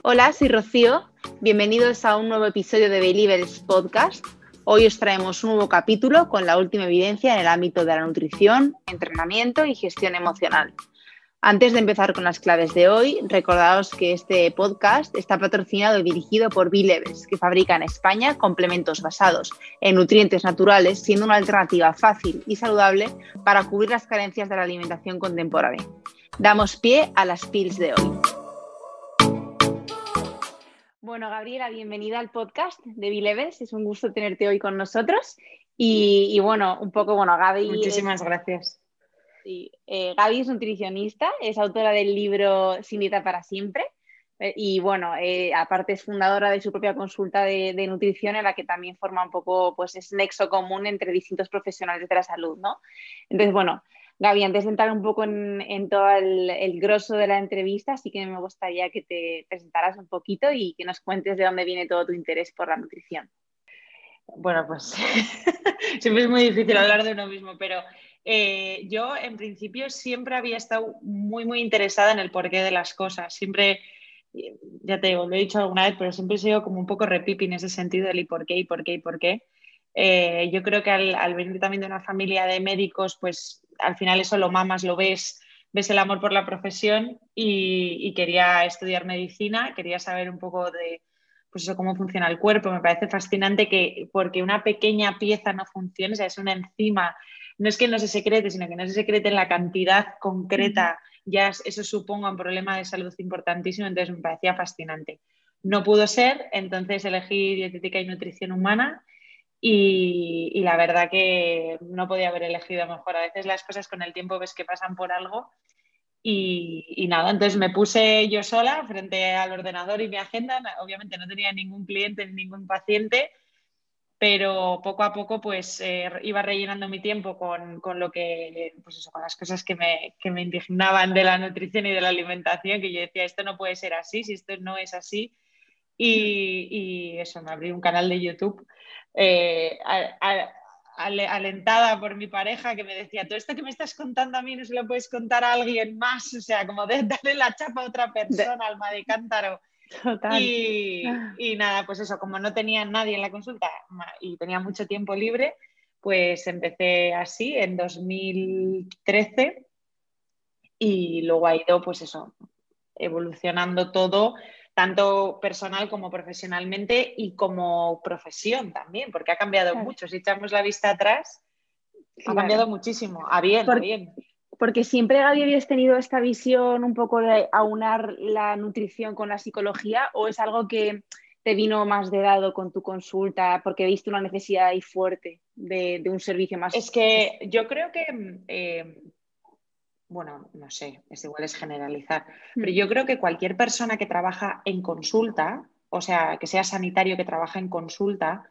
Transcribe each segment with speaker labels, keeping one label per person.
Speaker 1: Hola, soy Rocío. Bienvenidos a un nuevo episodio de Believers Podcast. Hoy os traemos un nuevo capítulo con la última evidencia en el ámbito de la nutrición, entrenamiento y gestión emocional. Antes de empezar con las claves de hoy, recordaos que este podcast está patrocinado y dirigido por Believers, que fabrica en España complementos basados en nutrientes naturales, siendo una alternativa fácil y saludable para cubrir las carencias de la alimentación contemporánea. Damos pie a las pills de hoy. Bueno, Gabriela, bienvenida al podcast de Believers. Es un gusto tenerte hoy con nosotros. Y Gaby.
Speaker 2: Muchísimas gracias.
Speaker 1: Sí, Gaby es nutricionista, es autora del libro Sin dieta para siempre. Aparte es fundadora de su propia consulta de nutrición, en la que también forma un poco, pues es nexo común entre distintos profesionales de la salud, ¿no? Entonces, bueno, Gaby, antes de entrar un poco en todo el grosso de la entrevista, sí que me gustaría que te presentaras un poquito y que nos cuentes de dónde viene todo tu interés por la nutrición.
Speaker 2: Bueno, pues siempre es muy difícil hablar de uno mismo, pero yo en principio siempre había estado muy interesada en el porqué de las cosas. Siempre, ya te digo, lo he dicho alguna vez, pero siempre he sido como un poco repipi en ese sentido del y por qué, y por qué, y por qué. Yo creo que al venir también de una familia de médicos, pues al final eso lo mamas, lo ves el amor por la profesión y quería estudiar medicina, quería saber un poco de pues eso, cómo funciona el cuerpo. Me parece fascinante que porque una pequeña pieza no funcione, o sea, es una enzima, no es que no se secrete, sino que no se secrete en la cantidad concreta, ya eso suponga un problema de salud importantísimo, entonces me parecía fascinante. No pudo ser, entonces elegí dietética y nutrición humana y la verdad que no podía haber elegido mejor. A veces las cosas con el tiempo ves que pasan por algo. Y nada, entonces me puse yo sola frente al ordenador y mi agenda. Obviamente no tenía ningún cliente ni ningún paciente, pero poco a poco pues iba rellenando mi tiempo con lo que, pues eso, con las cosas que me indignaban de la nutrición y de la alimentación, que yo decía, esto no puede ser así, si esto no es así. Y eso, me abrí un canal de YouTube alentada por mi pareja, que me decía, todo esto que me estás contando a mí no se lo puedes contar a alguien más, o sea, como de darle la chapa a otra persona, alma de cántaro.
Speaker 1: Total.
Speaker 2: Y nada, pues eso, como no tenía nadie en la consulta y tenía mucho tiempo libre, pues empecé así en 2013 y luego ha ido, pues eso, evolucionando todo, tanto personal como profesionalmente y como profesión también, porque ha cambiado mucho. Si echamos la vista atrás, ha cambiado muchísimo, a bien.
Speaker 1: Porque siempre, Gaby, habías tenido esta visión un poco de aunar la nutrición con la psicología, ¿o es algo que te vino más de dado con tu consulta porque viste una necesidad ahí fuerte de un servicio más?
Speaker 2: Es que yo creo que, bueno, no sé, es igual es generalizar, pero yo creo que cualquier persona que trabaja en consulta, o sea, que sea sanitario que trabaja en consulta,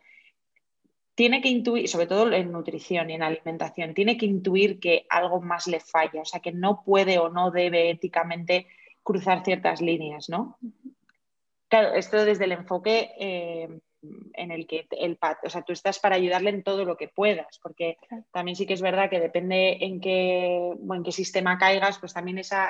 Speaker 2: tiene que intuir, sobre todo en nutrición y en alimentación, tiene que intuir que algo más le falla, o sea, que no puede o no debe éticamente cruzar ciertas líneas, ¿no? Claro, esto desde el enfoque en el que o sea, tú estás para ayudarle en todo lo que puedas, porque también sí que es verdad que depende en qué sistema caigas, pues también esa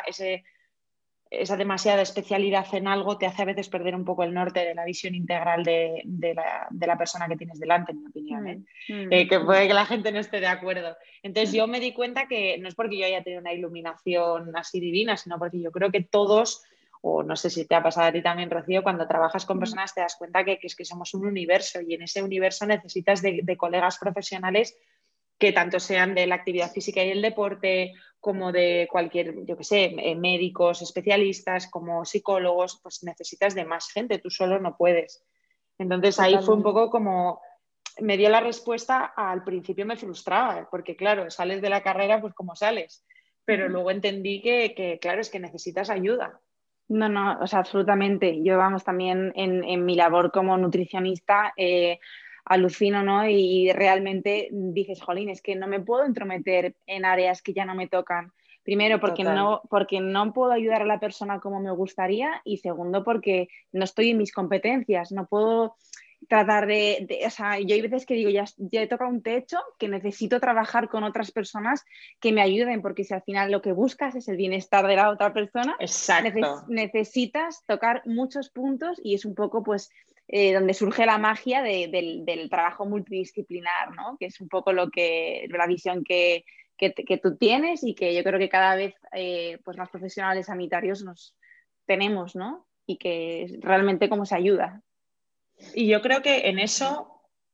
Speaker 2: demasiada especialidad en algo te hace a veces perder un poco el norte de la visión integral de la persona que tienes delante, en mi opinión. Que puede que la gente no esté de acuerdo. Entonces yo me di cuenta que no es porque yo haya tenido una iluminación así divina, sino porque yo creo que todos, o no sé si te ha pasado a ti también, Rocío, cuando trabajas con personas te das cuenta que es que somos un universo y en ese universo necesitas de colegas profesionales que tanto sean de la actividad física y el deporte, como de cualquier, yo qué sé, médicos, especialistas, como psicólogos, pues necesitas de más gente, tú solo no puedes. Entonces ahí fue un poco como, me dio la respuesta, al principio me frustraba, porque claro, sales de la carrera pues como sales, pero luego entendí que claro, es que necesitas ayuda.
Speaker 1: No, o sea, absolutamente. Yo, vamos, también en mi labor como nutricionista alucino, ¿no? Y realmente dices, jolín, es que no me puedo entrometer en áreas que ya no me tocan. Primero, porque no puedo ayudar a la persona como me gustaría, y segundo, porque no estoy en mis competencias. No puedo tratar o sea, yo hay veces que digo, ya he tocado un techo, que necesito trabajar con otras personas que me ayuden, porque si al final lo que buscas es el bienestar de la otra persona,
Speaker 2: Exacto.
Speaker 1: necesitas tocar muchos puntos y es un poco pues donde surge la magia del trabajo multidisciplinar, ¿no? Que es un poco la visión que tú tienes y que yo creo que cada vez pues más profesionales sanitarios nos tenemos, ¿no? Y que realmente cómo se ayuda.
Speaker 2: Y yo creo que en eso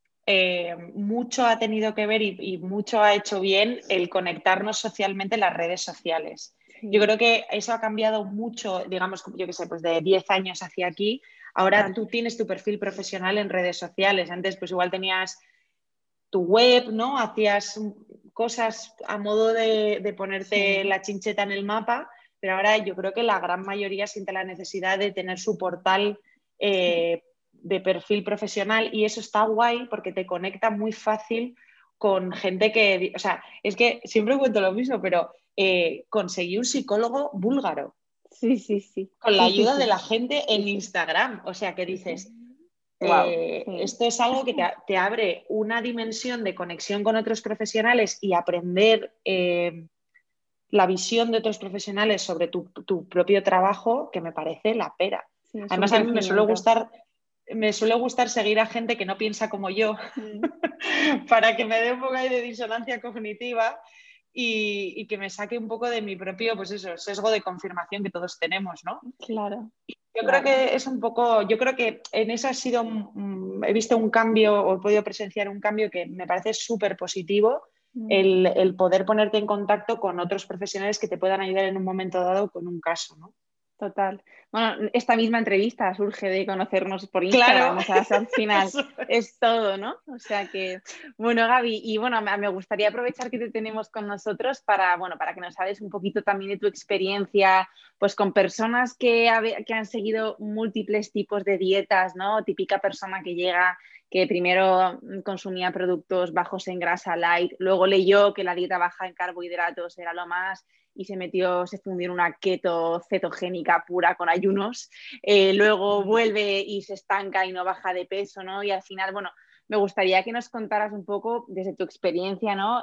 Speaker 2: mucho ha tenido que ver y mucho ha hecho bien el conectarnos socialmente en las redes sociales.
Speaker 1: Sí,
Speaker 2: Yo creo que eso ha cambiado mucho, digamos, yo qué sé, pues de 10 años hacia aquí. Ahora
Speaker 1: total.
Speaker 2: tú tienes tu perfil profesional en redes sociales. Antes, pues igual tenías tu web, ¿no? Hacías cosas a modo de ponerte
Speaker 1: Sí,
Speaker 2: la chincheta en el mapa, pero ahora yo creo que la gran mayoría siente la necesidad de tener su portal
Speaker 1: sí.
Speaker 2: de perfil profesional y eso está guay porque te conecta muy fácil con gente que, o sea, es que siempre cuento lo mismo, pero conseguí un psicólogo búlgaro
Speaker 1: Sí, sí, sí.
Speaker 2: con la
Speaker 1: Sí, sí,
Speaker 2: ayuda de
Speaker 1: sí.
Speaker 2: la gente
Speaker 1: Sí,
Speaker 2: en
Speaker 1: sí.
Speaker 2: Instagram, o sea, que
Speaker 1: Sí, sí.
Speaker 2: dices,
Speaker 1: Wow. Sí.
Speaker 2: esto es algo que te abre una dimensión de conexión con otros profesionales y aprender la visión de otros profesionales sobre tu propio trabajo, que me parece la pera.
Speaker 1: Sí, es un
Speaker 2: Además, a mí
Speaker 1: crecimiento.
Speaker 2: me suele gustar seguir a gente que no piensa como yo
Speaker 1: Mm,
Speaker 2: para que me dé un poco ahí de disonancia cognitiva y que me saque un poco de mi propio, pues eso, sesgo de confirmación que todos tenemos, ¿no?
Speaker 1: claro,
Speaker 2: Yo creo
Speaker 1: claro.
Speaker 2: que es un poco, yo creo que en eso ha sido, he visto un cambio o he podido presenciar un cambio que me parece súper positivo,
Speaker 1: Mm.
Speaker 2: el poder ponerte en contacto con otros profesionales que te puedan ayudar en un momento dado con un caso, ¿no?
Speaker 1: Total. Bueno, esta misma entrevista surge de conocernos por
Speaker 2: Claro,
Speaker 1: Instagram, o sea, eso al final
Speaker 2: eso es.
Speaker 1: es todo, ¿no? O sea que, bueno, Gaby, y bueno, me gustaría aprovechar que te tenemos con nosotros para, bueno, para que nos hables un poquito también de tu experiencia, pues con personas que han seguido múltiples tipos de dietas, ¿no? Típica persona que llega, que primero consumía productos bajos en grasa light, luego leyó que la dieta baja en carbohidratos era lo más y se fundió en una keto cetogénica pura con ayunos, luego vuelve y se estanca y no baja de peso, ¿no? Y al final, bueno, me gustaría que nos contaras un poco desde tu experiencia, ¿no?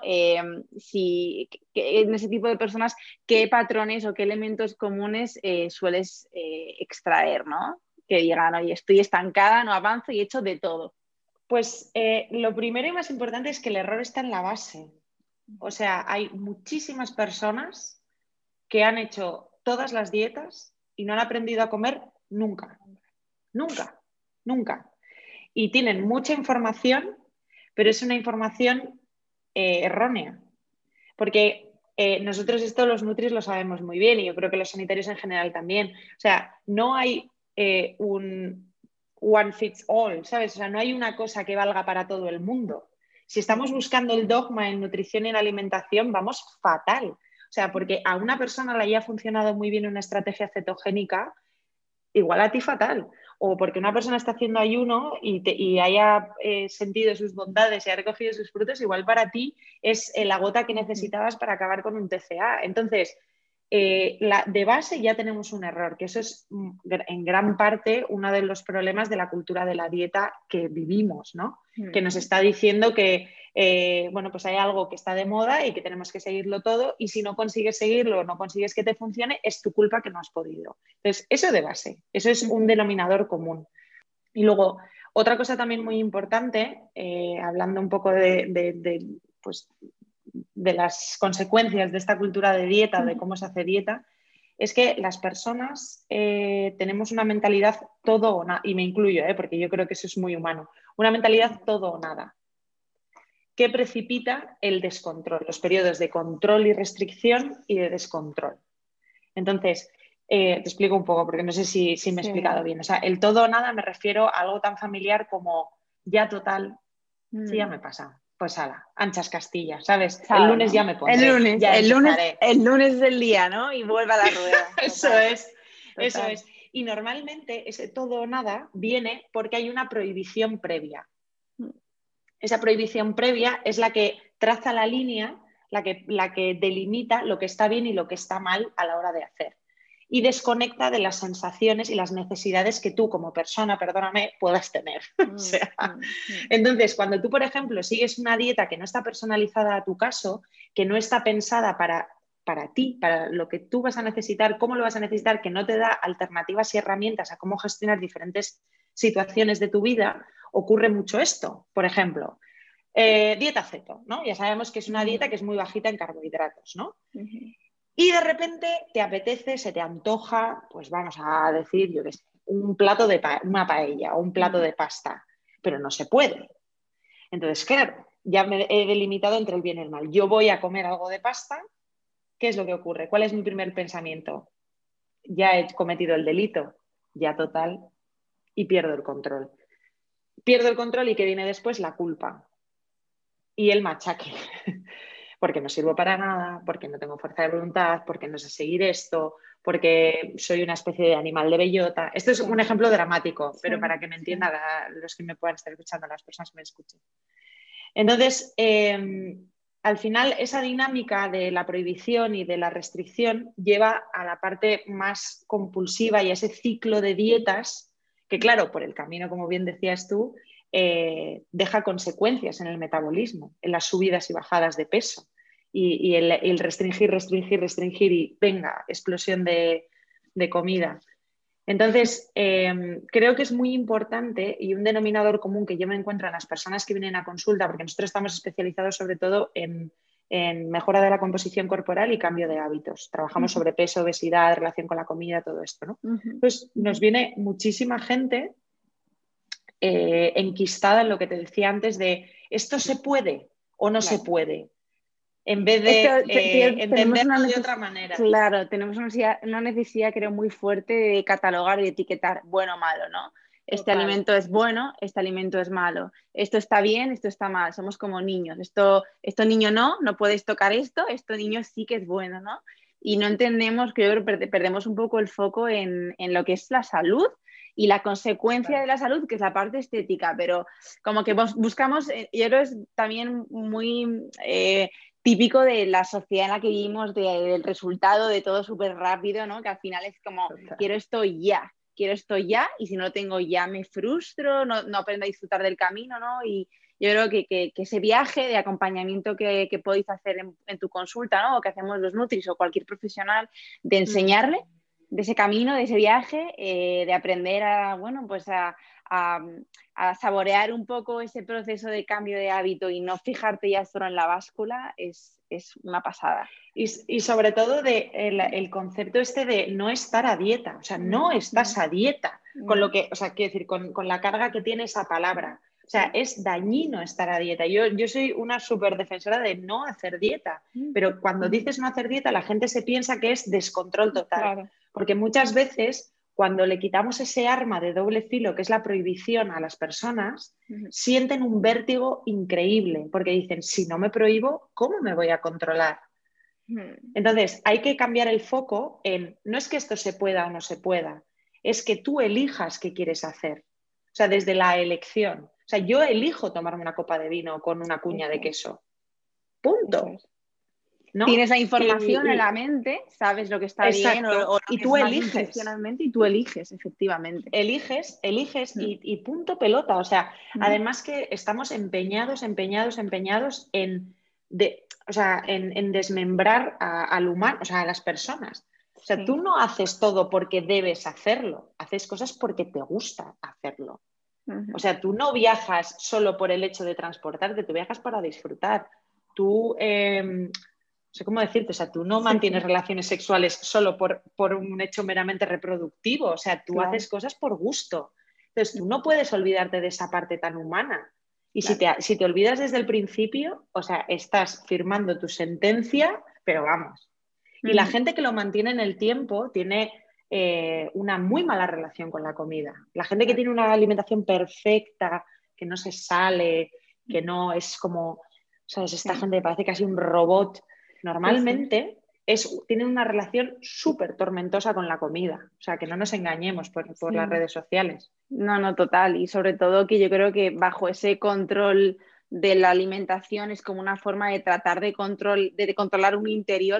Speaker 1: Si en ese tipo de personas, qué patrones o qué elementos comunes sueles extraer, ¿no? Que digan, oye, estoy estancada, no avanzo y he hecho de todo.
Speaker 2: Pues lo primero y más importante es que el error está en la base. O sea, hay muchísimas personas que han hecho todas las dietas y no han aprendido a comer nunca, nunca, nunca. Y tienen mucha información, pero es una información errónea. Porque nosotros esto los nutris lo sabemos muy bien y yo creo que los sanitarios en general también. O sea, no hay un one fits all, ¿sabes? O sea, no hay una cosa que valga para todo el mundo. Si estamos buscando el dogma en nutrición y en alimentación, vamos fatal. O sea, porque a una persona le haya funcionado muy bien una estrategia cetogénica, igual a ti fatal. O porque una persona está haciendo ayuno y haya sentido sus bondades y ha recogido sus frutos, igual para ti es la gota que necesitabas para acabar con un TCA. Entonces, de base ya tenemos un error, que eso es en gran parte uno de los problemas de la cultura de la dieta que vivimos, ¿no? Que nos está diciendo que bueno, pues hay algo que está de moda y que tenemos que seguirlo todo y si no consigues seguirlo o no consigues que te funcione, es tu culpa que no has podido. Entonces, eso de base, eso es un denominador común. Y luego, otra cosa también muy importante, hablando un poco pues, de las consecuencias de esta cultura de dieta, de cómo se hace dieta, es que las personas tenemos una mentalidad todo o nada, y me incluyo, porque yo creo que eso es muy humano, una mentalidad todo o nada, que precipita el descontrol, los periodos de control y restricción y de descontrol. Entonces, te explico un poco, porque no sé si me he explicado
Speaker 1: Sí.
Speaker 2: bien. O sea, el todo o nada me refiero a algo tan familiar como ya total, sí, ya me pasa. Pues ala, anchas Castilla, ¿sabes? El
Speaker 1: Chao,
Speaker 2: lunes ya
Speaker 1: ¿no?
Speaker 2: me pondré, ya empezaré.
Speaker 1: El lunes es el día, ¿no? Y vuelve a la rueda.
Speaker 2: Eso
Speaker 1: Total,
Speaker 2: es, eso
Speaker 1: total.
Speaker 2: es. Y normalmente ese todo o nada viene porque hay una prohibición previa. Esa prohibición previa es la que traza la línea, la que delimita lo que está bien y lo que está mal a la hora de hacer. y desconecta de las sensaciones y las necesidades que tú como persona, perdóname, puedas tener. O sea, entonces, cuando tú, por ejemplo, sigues una dieta que no está personalizada a tu caso, que no está pensada para ti, para lo que tú vas a necesitar, cómo lo vas a necesitar, que no te da alternativas y herramientas a cómo gestionar diferentes situaciones de tu vida, ocurre mucho esto. Por ejemplo, dieta ceto, ¿no? Ya sabemos que es una dieta que es muy bajita en carbohidratos, ¿no? Y de repente te apetece, se te antoja, pues vamos a decir, yo qué sé, un plato de una paella o un plato de pasta, pero no se puede. Entonces, claro, ya me he delimitado entre el bien y el mal. Yo voy a comer algo de pasta, ¿qué es lo que ocurre? ¿Cuál es mi primer pensamiento? Ya he cometido el delito, ya total, y pierdo el control. Pierdo el control y ¿qué viene después? La culpa y el machaque. Porque no sirvo para nada, porque no tengo fuerza de voluntad, porque no sé seguir esto, porque soy una especie de animal de bellota. Esto es un ejemplo dramático, pero para que me entiendan los que me puedan estar escuchando, las personas que me escuchen. Entonces, al final, esa dinámica de la prohibición y de la restricción lleva a la parte más compulsiva y a ese ciclo de dietas que, claro, por el camino, como bien decías tú, deja consecuencias en el metabolismo, en las subidas y bajadas de peso y el restringir, restringir, restringir y venga, explosión de comida. Entonces, creo que es muy importante y un denominador común que yo me encuentro en las personas que vienen a consulta, porque nosotros estamos especializados sobre todo en mejora de la composición corporal y cambio de hábitos. Trabajamos sobre peso, obesidad, relación con la comida, todo esto, ¿no? Pues nos viene muchísima gente enquistada en lo que te decía antes de ¿esto se puede o no se puede? En vez de entenderlo de otra manera.
Speaker 1: Claro, tenemos una necesidad, creo, muy fuerte de catalogar y etiquetar bueno o malo, ¿no? Este alimento es bueno, este alimento es malo. Esto está bien, esto está mal. Somos como niños. Esto niño no puedes tocar esto niño sí que es bueno, ¿no? Y no entendemos, que yo creo que perdemos un poco el foco en lo que es la salud y la consecuencia de la salud, que es la parte estética, pero como que buscamos, yo creo que es también muy típico de la sociedad en la que vivimos, del resultado de todo súper rápido, ¿no? Que al final es como, quiero esto ya, y si no lo tengo ya me frustro, no aprendo a disfrutar del camino, ¿no? Y yo creo que ese viaje de acompañamiento que podéis hacer en tu consulta, ¿no? O que hacemos los nutris o cualquier profesional, de enseñarle de ese camino, de ese viaje, de aprender a saborear un poco ese proceso de cambio de hábito y no fijarte ya solo en la báscula, es una pasada.
Speaker 2: Y sobre todo el concepto este de no estar a dieta, o sea, no estás a dieta, con lo que, o sea, quiero decir, con la carga que tiene esa palabra. O sea, es dañino estar a dieta. Yo soy una súper defensora de no hacer dieta, pero cuando dices no hacer dieta, la gente se piensa que es descontrol total.
Speaker 1: Claro.
Speaker 2: Porque muchas veces, cuando le quitamos ese arma de doble filo, que es la prohibición a las personas, sienten un vértigo increíble, porque dicen, si no me prohíbo, ¿cómo me voy a controlar? Entonces, hay que cambiar el foco en, no es que esto se pueda o no se pueda, es que tú elijas qué quieres hacer. O sea, desde la elección. O sea, yo elijo tomarme una copa de vino con una cuña de queso. Punto. ¿No?
Speaker 1: Tienes la información en la mente, sabes lo que está bien o lo
Speaker 2: y
Speaker 1: que
Speaker 2: tú
Speaker 1: es más
Speaker 2: eliges.
Speaker 1: nutricionalmente, y tú eliges, efectivamente.
Speaker 2: Eliges y punto pelota. O sea, además que estamos empeñados en desmembrar al humano, o sea, a las personas. O sea, tú no haces todo porque debes hacerlo, haces cosas porque te gusta hacerlo. O sea, tú no viajas solo por el hecho de transportarte, tú viajas para disfrutar. Tú, no sé cómo decirte, o sea, tú no mantienes relaciones sexuales solo por un hecho meramente reproductivo, o sea, tú haces cosas por gusto. Entonces, tú no puedes olvidarte de esa parte tan humana. Y si te olvidas desde el principio, o sea, estás firmando tu sentencia, pero vamos. Y la gente que lo mantiene en el tiempo tiene una muy mala relación con la comida. La gente que tiene una alimentación perfecta, que no se sale, que no es como, ¿sabes? Esta gente parece casi un robot. Normalmente tienen una relación súper tormentosa con la comida. O sea, que no nos engañemos por las redes sociales.
Speaker 1: No, total. Y sobre todo que yo creo que bajo ese control de la alimentación es como una forma de tratar de controlar un interior que es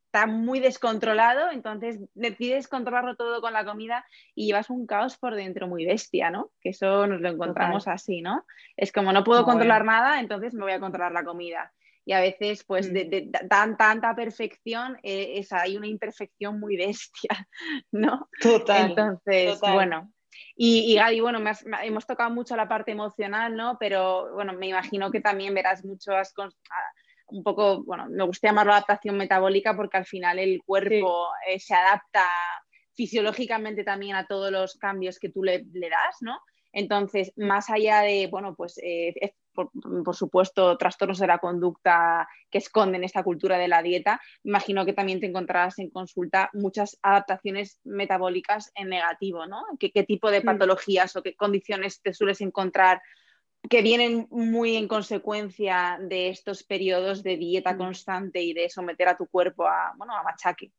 Speaker 1: está muy descontrolado, entonces decides controlarlo todo con la comida y llevas un caos por dentro muy bestia, ¿no? Que eso nos lo encontramos
Speaker 2: Total.
Speaker 1: así, ¿no? Es como no puedo controlar
Speaker 2: Mogollón.
Speaker 1: nada, entonces me voy a controlar la comida. Y a veces, pues, de tanta perfección, hay una imperfección muy bestia, ¿no?
Speaker 2: Total,
Speaker 1: Entonces,
Speaker 2: total.
Speaker 1: bueno. Y Gadi, bueno, hemos tocado mucho la parte emocional, ¿no? Pero bueno, me imagino que también verás mucho, un poco, bueno, me gusta llamarlo adaptación metabólica porque al final el
Speaker 2: Sí.
Speaker 1: cuerpo se adapta fisiológicamente también a todos los cambios que tú le das, ¿no? Entonces, más allá de, bueno, pues por supuesto, trastornos de la conducta que esconden esta cultura de la dieta, imagino que también te encontrarás en consulta muchas adaptaciones metabólicas en negativo, ¿no? ¿Qué tipo de
Speaker 2: Mm.
Speaker 1: patologías o qué condiciones te sueles encontrar que vienen muy en consecuencia de estos periodos de dieta
Speaker 2: Mm.
Speaker 1: constante y de someter a tu cuerpo a, bueno, a machaque?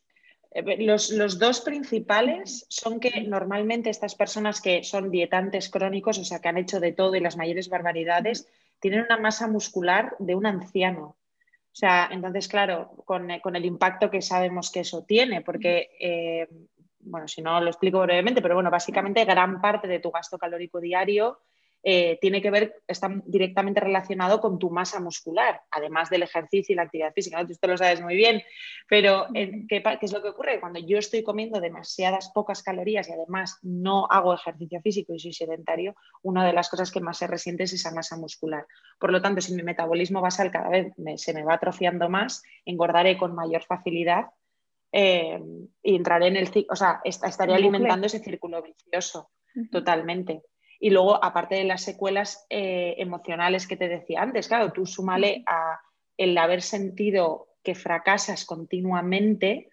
Speaker 2: Los dos principales son que normalmente estas personas que son dietantes crónicos, o sea, que han hecho de todo y las mayores barbaridades, tienen una masa muscular de un anciano. O sea, entonces, claro, con el impacto que sabemos que eso tiene, porque, bueno, si no lo explico brevemente, pero bueno, básicamente gran parte de tu gasto calórico diario tiene que ver, está directamente relacionado con tu masa muscular, además del ejercicio y la actividad física, ¿no? Tú esto lo sabes muy bien, pero ¿qué es lo que ocurre? Cuando yo estoy comiendo demasiadas pocas calorías y además no hago ejercicio físico y soy sedentario, una de las cosas que más se resiente es esa masa muscular. Por lo tanto, si mi metabolismo basal cada vez se me va atrofiando más, engordaré con mayor facilidad y entraré en el ciclo, o sea, estaré
Speaker 1: Un bucle.
Speaker 2: alimentando ese círculo vicioso totalmente. Y luego, aparte de las secuelas emocionales que te decía antes, claro, tú súmale a el haber sentido que fracasas continuamente,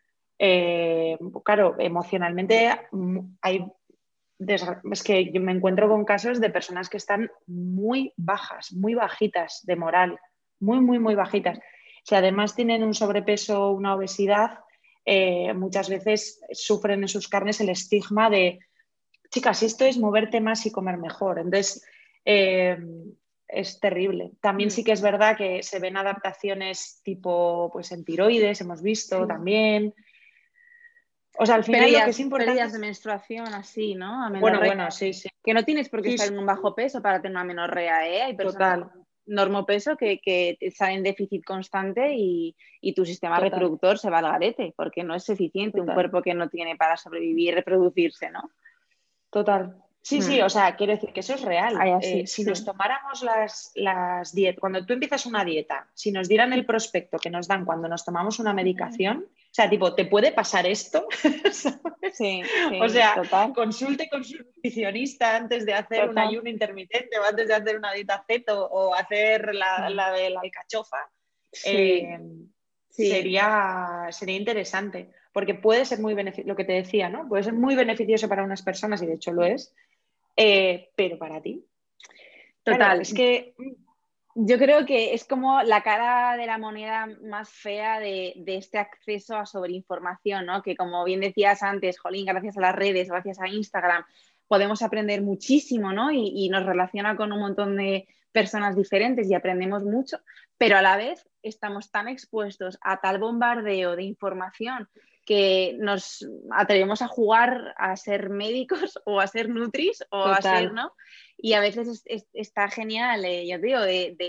Speaker 2: claro, emocionalmente hay es que yo me encuentro con casos de personas que están muy bajas, muy bajitas de moral, muy, muy, muy bajitas. Si además tienen un sobrepeso, una obesidad, muchas veces sufren en sus carnes el estigma de, chicas, esto es moverte más y comer mejor. Entonces, eh, es terrible. También sí que es verdad que se ven adaptaciones tipo, pues en tiroides, hemos visto
Speaker 1: Sí.
Speaker 2: también. O sea, al final lo que es importante
Speaker 1: Pérdidas de
Speaker 2: es...
Speaker 1: menstruación así, ¿no?
Speaker 2: Bueno,
Speaker 1: Amenorrea.
Speaker 2: bueno, sí, sí.
Speaker 1: Que no tienes por qué
Speaker 2: Sí,
Speaker 1: estar
Speaker 2: sí,
Speaker 1: en un bajo peso para tener una amenorrea, ¿eh? Hay personas
Speaker 2: total,
Speaker 1: con normopeso que están en déficit constante y tu sistema
Speaker 2: total,
Speaker 1: reproductor se va al garete porque no es eficiente un
Speaker 2: total,
Speaker 1: cuerpo que no tiene para sobrevivir y reproducirse, ¿no?
Speaker 2: total. Sí, sí, o sea, quiero decir que eso es real.
Speaker 1: Ay, así,
Speaker 2: Si nos
Speaker 1: sí.
Speaker 2: tomáramos las dietas, cuando tú empiezas una dieta, si nos dieran el prospecto que nos dan cuando nos tomamos una medicación, o sea, tipo, ¿te puede pasar esto? ¿Sabes?
Speaker 1: Sí,
Speaker 2: O
Speaker 1: sí,
Speaker 2: sea,
Speaker 1: total,
Speaker 2: consulte con su nutricionista antes de hacer un
Speaker 1: total.
Speaker 2: ayuno intermitente o antes de hacer una dieta keto o hacer la de la alcachofa.
Speaker 1: Sí,
Speaker 2: Eh,
Speaker 1: sí,
Speaker 2: sería interesante, porque puede ser muy beneficioso, lo que te decía, ¿no? Puede ser muy beneficioso para unas personas y de hecho lo es, pero para ti. Claro,
Speaker 1: total.
Speaker 2: es que
Speaker 1: Yo creo que es como la cara de la moneda más fea de este acceso a sobreinformación, ¿no? Que como bien decías antes, Jolín, gracias a las redes, gracias a Instagram, podemos aprender muchísimo, ¿no? Y nos relaciona con un montón de personas diferentes y aprendemos mucho, pero a la vez estamos tan expuestos a tal bombardeo de información que nos atrevemos a jugar a ser médicos o a ser nutris o a ser,
Speaker 2: total.
Speaker 1: ¿no? Y a veces está genial, yo digo,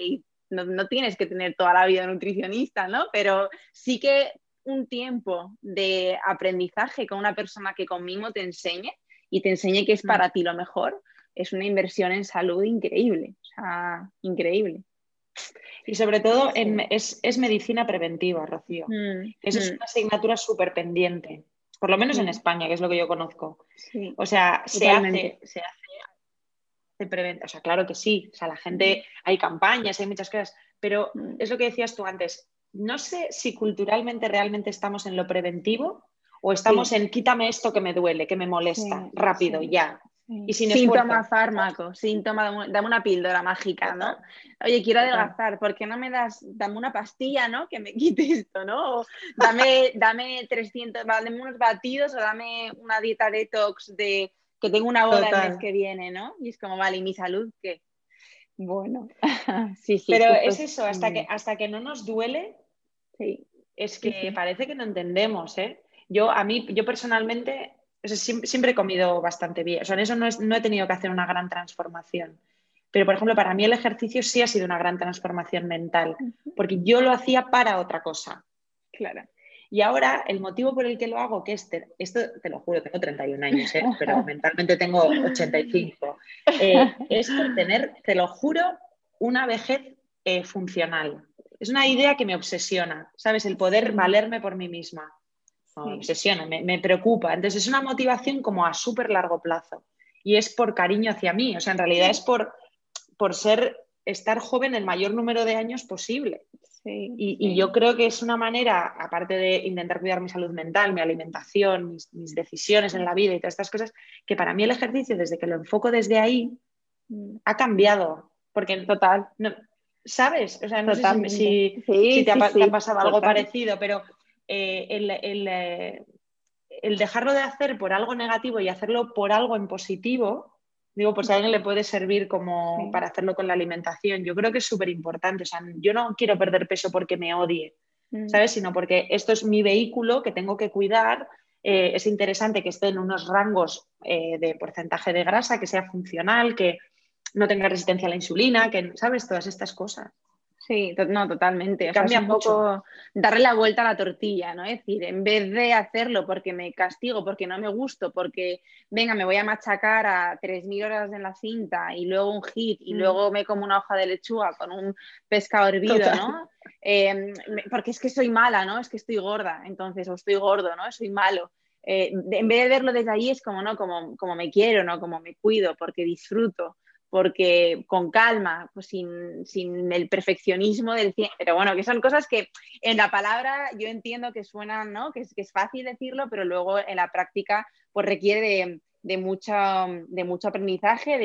Speaker 1: no tienes que tener toda la vida nutricionista, ¿no? Pero sí que un tiempo de aprendizaje con una persona que conmigo te enseñe y te enseñe que es
Speaker 2: Mm.
Speaker 1: para ti lo mejor, es una inversión en salud increíble, o sea, increíble.
Speaker 2: Y sobre todo
Speaker 1: Sí.
Speaker 2: es medicina preventiva, Rocío.
Speaker 1: Mm,
Speaker 2: Eso es
Speaker 1: mm,
Speaker 2: una asignatura súper pendiente, por lo menos en
Speaker 1: mm,
Speaker 2: España, que es lo que yo conozco.
Speaker 1: sí,
Speaker 2: O sea,
Speaker 1: totalmente.
Speaker 2: o sea, claro que sí. O sea, la gente, hay campañas, hay muchas cosas, pero
Speaker 1: Mm,
Speaker 2: es lo que decías tú antes. No sé si culturalmente realmente estamos en lo preventivo o estamos
Speaker 1: sí,
Speaker 2: en quítame esto que me duele, que me molesta,
Speaker 1: sí,
Speaker 2: rápido,
Speaker 1: sí.
Speaker 2: ya, y
Speaker 1: Sí.
Speaker 2: sin
Speaker 1: Síntoma
Speaker 2: esfuerzo.
Speaker 1: fármaco, síntoma, dame una píldora mágica, ¿no?
Speaker 2: Total,
Speaker 1: Oye, quiero
Speaker 2: total,
Speaker 1: adelgazar, ¿por qué no me dame una pastilla, ¿no? Que me quite esto, ¿no? O dame 300, dame unos batidos o dame una dieta detox de que tengo una boda el mes
Speaker 2: total.
Speaker 1: que viene, ¿no? Y es como, vale, ¿y mi salud qué? Bueno, sí, sí,
Speaker 2: Pero
Speaker 1: justo.
Speaker 2: es eso, hasta que no nos duele,
Speaker 1: Sí,
Speaker 2: Es
Speaker 1: Sí,
Speaker 2: que
Speaker 1: sí.
Speaker 2: parece que no entendemos, ¿eh? Yo personalmente, o sea, siempre he comido bastante bien. O sea, en eso no he tenido que hacer una gran transformación. Pero, por ejemplo, para mí el ejercicio sí ha sido una gran transformación mental, porque yo lo hacía para otra cosa.
Speaker 1: Claro.
Speaker 2: Y ahora el motivo por el que lo hago, que esto te lo juro, tengo 31 años, pero mentalmente tengo 85, es por tener, te lo juro, una vejez funcional. Es una idea que me obsesiona, ¿sabes? El poder
Speaker 1: Sí,
Speaker 2: valerme por mí misma. No, me
Speaker 1: sí.
Speaker 2: obsesiona, me preocupa. Entonces es una motivación como a súper largo plazo. Y es por cariño hacia mí. O sea, en realidad es por estar joven el mayor número de años posible.
Speaker 1: Sí,
Speaker 2: Y
Speaker 1: sí.
Speaker 2: yo creo que es una manera, aparte de intentar cuidar mi salud mental, mi alimentación, mis decisiones en la vida y todas estas cosas, que para mí el ejercicio, desde que lo enfoco desde ahí,
Speaker 1: Mm.
Speaker 2: ha cambiado. Porque,
Speaker 1: Total,
Speaker 2: no, ¿sabes? O sea, no sé
Speaker 1: totalmente.
Speaker 2: si
Speaker 1: Sí, sí,
Speaker 2: te ha
Speaker 1: sí,
Speaker 2: pasado algo
Speaker 1: total.
Speaker 2: parecido, pero el dejarlo de hacer por algo negativo y hacerlo por algo en positivo, digo, pues a alguien le puede servir como
Speaker 1: Sí.
Speaker 2: para hacerlo con la alimentación. Yo creo que es súper importante. O sea, yo no quiero perder peso porque me odie,
Speaker 1: Mm.
Speaker 2: ¿sabes? Sino porque esto es mi vehículo que tengo que cuidar. Es interesante que esté en unos rangos de porcentaje de grasa, que sea funcional, que no tenga resistencia a la insulina, que, ¿sabes? Todas estas cosas.
Speaker 1: Sí, no, totalmente.
Speaker 2: Y
Speaker 1: O sea, es
Speaker 2: cambia
Speaker 1: un
Speaker 2: mucho.
Speaker 1: poco darle la vuelta a la tortilla, ¿no? Es decir, en vez de hacerlo porque me castigo, porque no me gusto, porque, venga, me voy a machacar a 3.000 horas en la cinta y luego un hit y
Speaker 2: Mm,
Speaker 1: luego me como una hoja de lechuga con un pescado hervido,
Speaker 2: total.
Speaker 1: ¿no? Porque es que soy mala, ¿no? Es que estoy gorda, entonces, o estoy gordo, ¿no? Soy malo. En vez de verlo desde ahí es como, ¿no? Como me quiero, ¿no? Como me cuido, porque disfruto porque con calma, pues sin el perfeccionismo del cien, pero bueno, que son cosas que en la palabra yo entiendo que suenan, ¿no? Que es fácil decirlo, pero luego en la práctica pues requiere de mucho aprendizaje,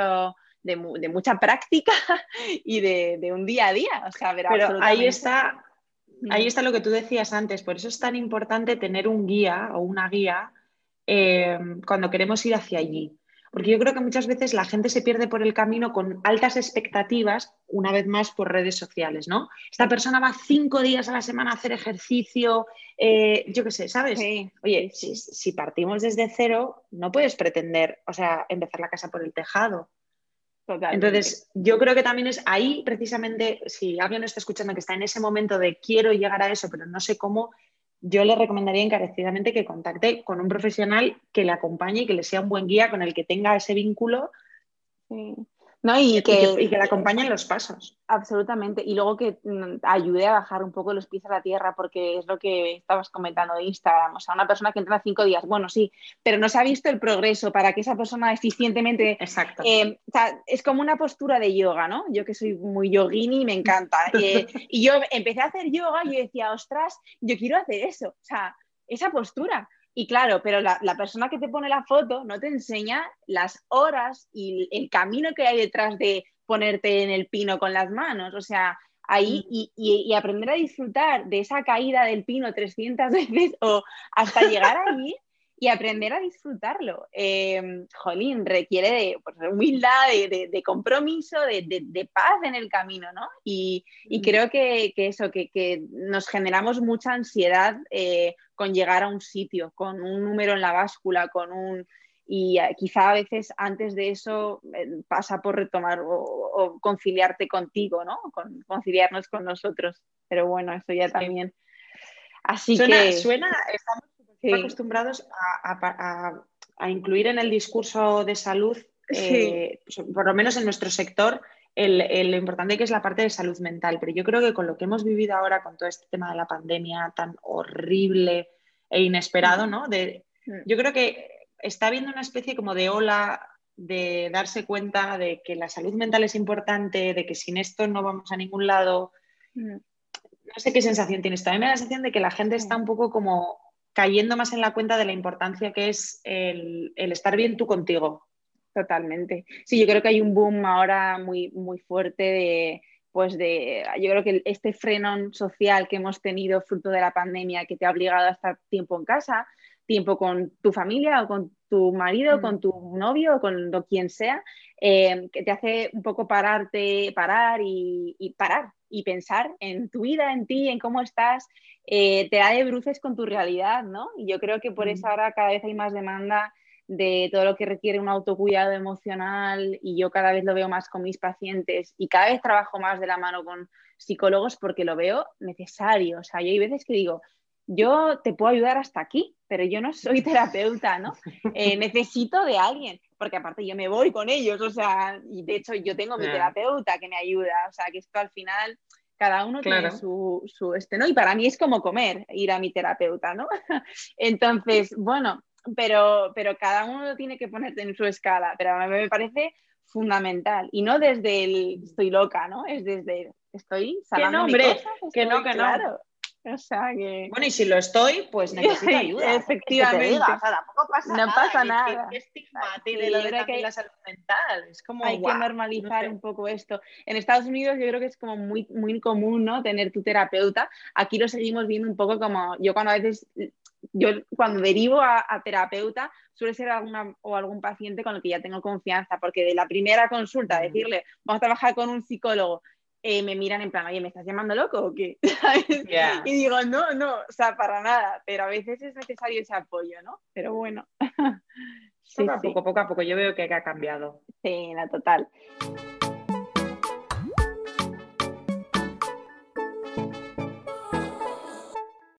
Speaker 1: de mucha práctica y de un día a día, o sea, pero
Speaker 2: Pero
Speaker 1: absolutamente.
Speaker 2: ahí
Speaker 1: Mm.
Speaker 2: está lo que tú decías antes. Por eso es tan importante tener un guía o una guía cuando queremos ir hacia allí. Porque yo creo que muchas veces la gente se pierde por el camino con altas expectativas, una vez más por redes sociales, ¿no? Esta persona va 5 días a la semana a hacer ejercicio, yo qué sé, ¿sabes?
Speaker 1: Sí, sí,
Speaker 2: Oye,
Speaker 1: sí,
Speaker 2: si partimos desde cero, no puedes pretender, o sea, empezar la casa por el tejado.
Speaker 1: totalmente.
Speaker 2: Entonces, yo creo que también es ahí precisamente, si alguien está escuchando que está en ese momento de quiero llegar a eso, pero no sé cómo, yo le recomendaría encarecidamente que contacte con un profesional que le acompañe y que le sea un buen guía con el que tenga ese vínculo
Speaker 1: Sí. No, y que
Speaker 2: y que le acompañe en los pasos.
Speaker 1: absolutamente. Y luego que ayude a bajar un poco los pies a la tierra, porque es lo que estabas comentando de Instagram. O sea, una persona que entrena 5 días, bueno, sí, pero no se ha visto el progreso para que esa persona eficientemente.
Speaker 2: Exacto.
Speaker 1: O sea, es como una postura de yoga, ¿no? Yo que soy muy yogini, me encanta. Y yo empecé a hacer yoga y yo decía, ostras, yo quiero hacer eso. O sea, esa postura. Y claro, pero la persona que te pone la foto no te enseña las horas y el camino que hay detrás de ponerte en el pino con las manos. O sea, ahí
Speaker 2: Mm.
Speaker 1: y aprender a disfrutar de esa caída del pino 300 veces o hasta llegar allí y aprender a disfrutarlo. Jolín, requiere de pues, humildad, de compromiso, de paz en el camino, ¿no? Y
Speaker 2: Mm.
Speaker 1: creo que eso, que nos generamos mucha ansiedad con llegar a un sitio, con un número en la báscula, con un... Y quizá a veces antes de eso pasa por retomar o conciliarte contigo, ¿no? Conciliarnos con nosotros. Pero bueno, eso ya
Speaker 2: Sí.
Speaker 1: también. Así que
Speaker 2: Estamos súper
Speaker 1: sí,
Speaker 2: acostumbrados a incluir en el discurso de salud,
Speaker 1: sí,
Speaker 2: pues, por lo menos en nuestro sector, lo importante que es la parte de salud mental. Pero yo creo que con lo que hemos vivido ahora, con todo este tema de la pandemia tan horrible e inesperado,
Speaker 1: mm,
Speaker 2: ¿no?
Speaker 1: mm,
Speaker 2: Yo creo que está habiendo una especie como de ola de darse cuenta de que la salud mental es importante, de que sin esto no vamos a ningún lado.
Speaker 1: mm,
Speaker 2: No sé qué sensación tienes. También me da la sensación de que la gente está
Speaker 1: sí.
Speaker 2: un poco como cayendo más en la cuenta de la importancia que es el estar bien tú contigo.
Speaker 1: Totalmente. Sí, yo creo que hay un boom ahora muy, muy fuerte yo creo que este frenón social que hemos tenido fruto de la pandemia, que te ha obligado a estar tiempo en casa, tiempo con tu familia o con tu marido, con tu novio o con quien sea, que te hace un poco parar y pensar en tu vida, en ti, en cómo estás, te da de bruces con tu realidad, ¿no? Y yo creo que por eso ahora cada vez hay más demanda de todo lo que requiere un autocuidado emocional, y yo cada vez lo veo más con mis pacientes y cada vez trabajo más de la mano con psicólogos porque lo veo necesario. O sea, yo hay veces que digo, yo te puedo ayudar hasta aquí, pero yo no soy terapeuta, ¿no? Necesito de alguien, porque aparte yo me voy con ellos, o sea, y de hecho yo tengo mi terapeuta que me ayuda, o sea, que esto al final cada uno tiene su ¿no? Y para mí es como comer, ir a mi terapeuta, ¿no? Entonces, bueno, pero cada uno lo tiene que poner en su escala, pero a mí me parece fundamental, y no desde el estoy loca, ¿no? Es desde estoy sanando mi cosa,
Speaker 2: que no.
Speaker 1: Claro. O sea que...
Speaker 2: Bueno, y si lo estoy, pues necesito ayuda.
Speaker 1: Efectivamente.
Speaker 2: Que te diga, o sea, tampoco pasa
Speaker 1: no
Speaker 2: nada.
Speaker 1: Pasa nada.
Speaker 2: ¿Qué estigma tiene lo de también la salud mental? Es como,
Speaker 1: hay que normalizar un poco esto. En Estados Unidos yo creo que es como muy, muy común, ¿no? Tener tu terapeuta. Aquí lo seguimos viendo un poco como yo cuando derivo a terapeuta suele ser algún paciente con el que ya tengo confianza, porque de la primera consulta decirle vamos a trabajar con un psicólogo, me miran en plan, oye, ¿me estás llamando loco o qué?
Speaker 2: Yeah.
Speaker 1: Y digo, no, o sea, para nada, pero a veces es necesario ese apoyo, ¿no? Pero bueno.
Speaker 2: Poco a poco yo veo que ha cambiado.
Speaker 1: Sí, la total.